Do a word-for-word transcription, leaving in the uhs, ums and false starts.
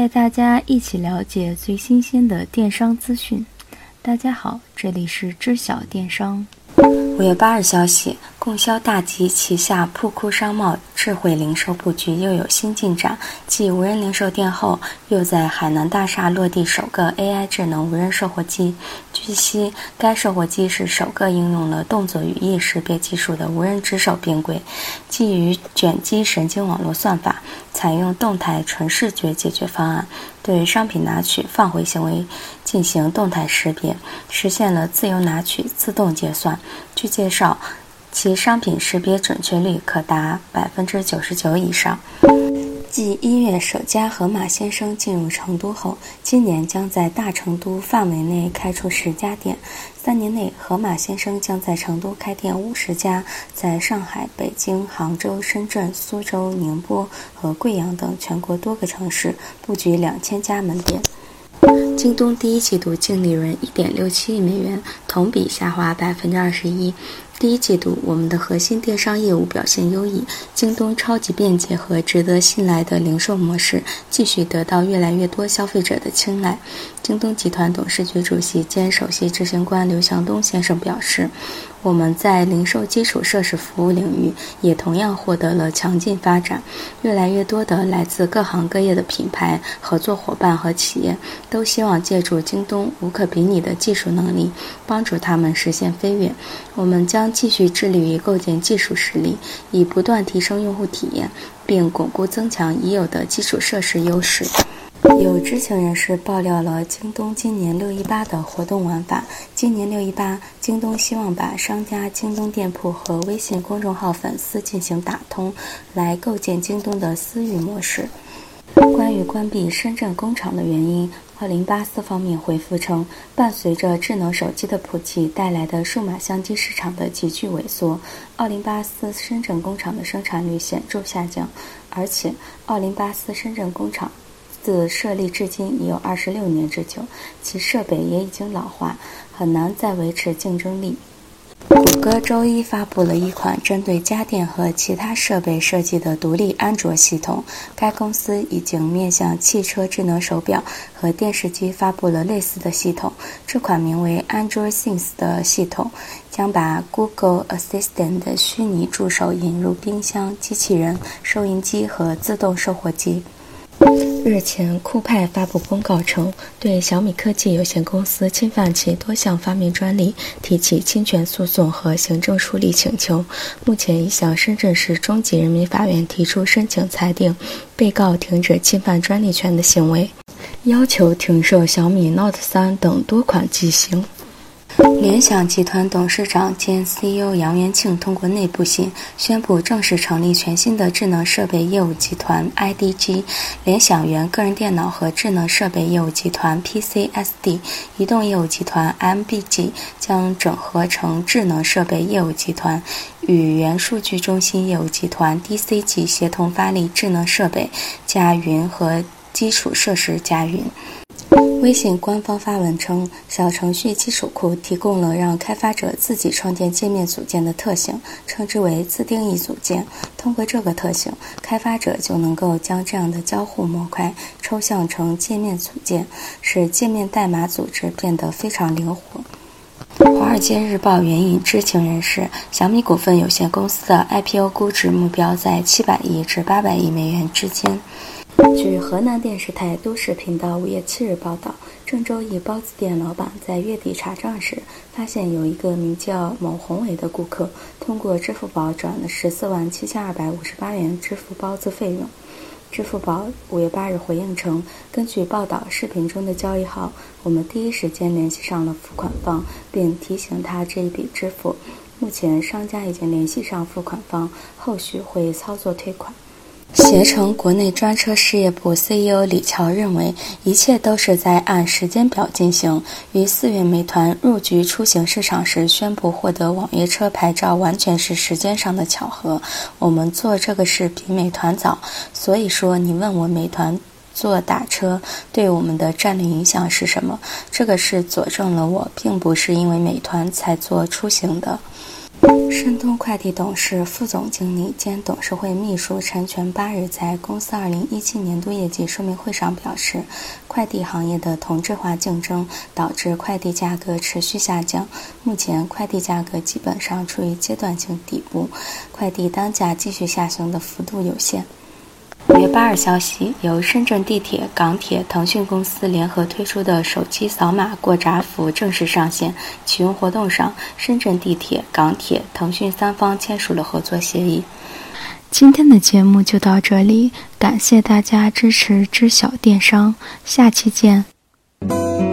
大家一起了解最新鲜的电商资讯。大家好，这里是知晓电商。 五月八日消息，供销大吉旗下铺库商贸智慧零售布局又有新进展，继无人零售店后，又在海南大厦落地首个 A I 智能无人售货机。据悉，该售货机是首个应用了动作语义识别技术的无人值守并柜，基于卷积神经网络算法，采用动态纯视觉解决方案，对商品拿取放回行为进行动态识别，实现了自由拿取自动结算。据介绍，其商品识别准确率可达百分之九十九以上。继一月首家盒马鲜生进入成都后，今年将在大成都范围内开出十家店。三年内，盒马鲜生将在成都开店五十家，在上海、北京、杭州、深圳、苏州、宁波和贵阳等全国多个城市布局两千家门店。京东第一季度净利润 一点六七亿美元，同比下滑 百分之二十一。第一季度，我们的核心电商业务表现优异，京东超级便捷和值得信赖的零售模式继续得到越来越多消费者的青睐。京东集团董事局主席兼首席执行官刘强东先生表示，我们在零售基础设施服务领域也同样获得了强劲发展，越来越多的来自各行各业的品牌、合作伙伴和企业都希望借助京东无可比拟的技术能力，帮助他们实现飞跃。我们将继续致力于构建技术实力，以不断提升用户体验，并巩固增强已有的基础设施优势。有知情人士爆料了京东今年六一八的活动玩法。今年六一八，京东希望把商家京东店铺和微信公众号粉丝进行打通，来构建京东的私域模式。关于关闭深圳工厂的原因，二零八四方面回复称，伴随着智能手机的普及带来的数码相机市场的急剧萎缩，二零八四深圳工厂的生产率显著下降，而且二零八四深圳工厂自设立至今已有二十六年之久，其设备也已经老化，很难再维持竞争力。谷歌周一发布了一款针对家电和其他设备设计的独立安卓系统，该公司已经面向汽车智能手表和电视机发布了类似的系统。这款名为 Android Things 的系统将把 Google Assistant 的虚拟助手引入冰箱、机器人、收银机和自动售货机。日前，酷派发布公告称，对小米科技有限公司侵犯其多项发明专利提起侵权诉讼和行政处理请求，目前已向深圳市中级人民法院提出申请裁定，被告停止侵犯专利权的行为，要求停售小米 Note 三等多款机型。联想集团董事长兼 C E O 杨元庆通过内部信宣布正式成立全新的智能设备业务集团 I D G， 联想原个人电脑和智能设备业务集团 P C S D， 移动业务集团 M B G 将整合成智能设备业务集团，与原数据中心业务集团 D C G 协同发力智能设备加云和基础设施加云。微信官方发文称，小程序基础库提供了让开发者自己创建界面组件的特性，称之为自定义组件。通过这个特性，开发者就能够将这样的交互模块抽象成界面组件，使界面代码组织变得非常灵活。华尔街日报援引知情人士，小米股份有限公司的 I P O 估值目标在七百亿至八百亿美元之间。据河南电视台都市频道五月七日报道，郑州一包子店老板在月底查账时，发现有一个名叫某宏伟的顾客通过支付宝转了十四万七千二百五十八元支付包子费用。支付宝五月八日回应称，根据报道视频中的交易号，我们第一时间联系上了付款方，并提醒他这一笔支付。目前商家已经联系上付款方，后续会操作退款。携程国内专车事业部 C E O 李乔认为，一切都是在按时间表进行。于四月美团入局出行市场时宣布获得网约车牌照，完全是时间上的巧合。我们做这个事比美团早，所以说你问我美团做打车对我们的战略影响是什么？这个是佐证了我并不是因为美团才做出行的。 申通快递董事、副总经理兼董事会秘书陈全八日在公司二零一七年度业绩说明会上表示，快递行业的同质化竞争导致快递价格持续下降，目前快递价格基本上处于阶段性底部，快递单价继续下行的幅度有限。五月八日消息，由深圳地铁、港铁、腾讯公司联合推出的手机扫码过闸服务正式上线。启用活动上，深圳地铁、港铁、腾讯三方签署了合作协议。 今天的节目就到这里，感谢大家支持知晓电商，下期见。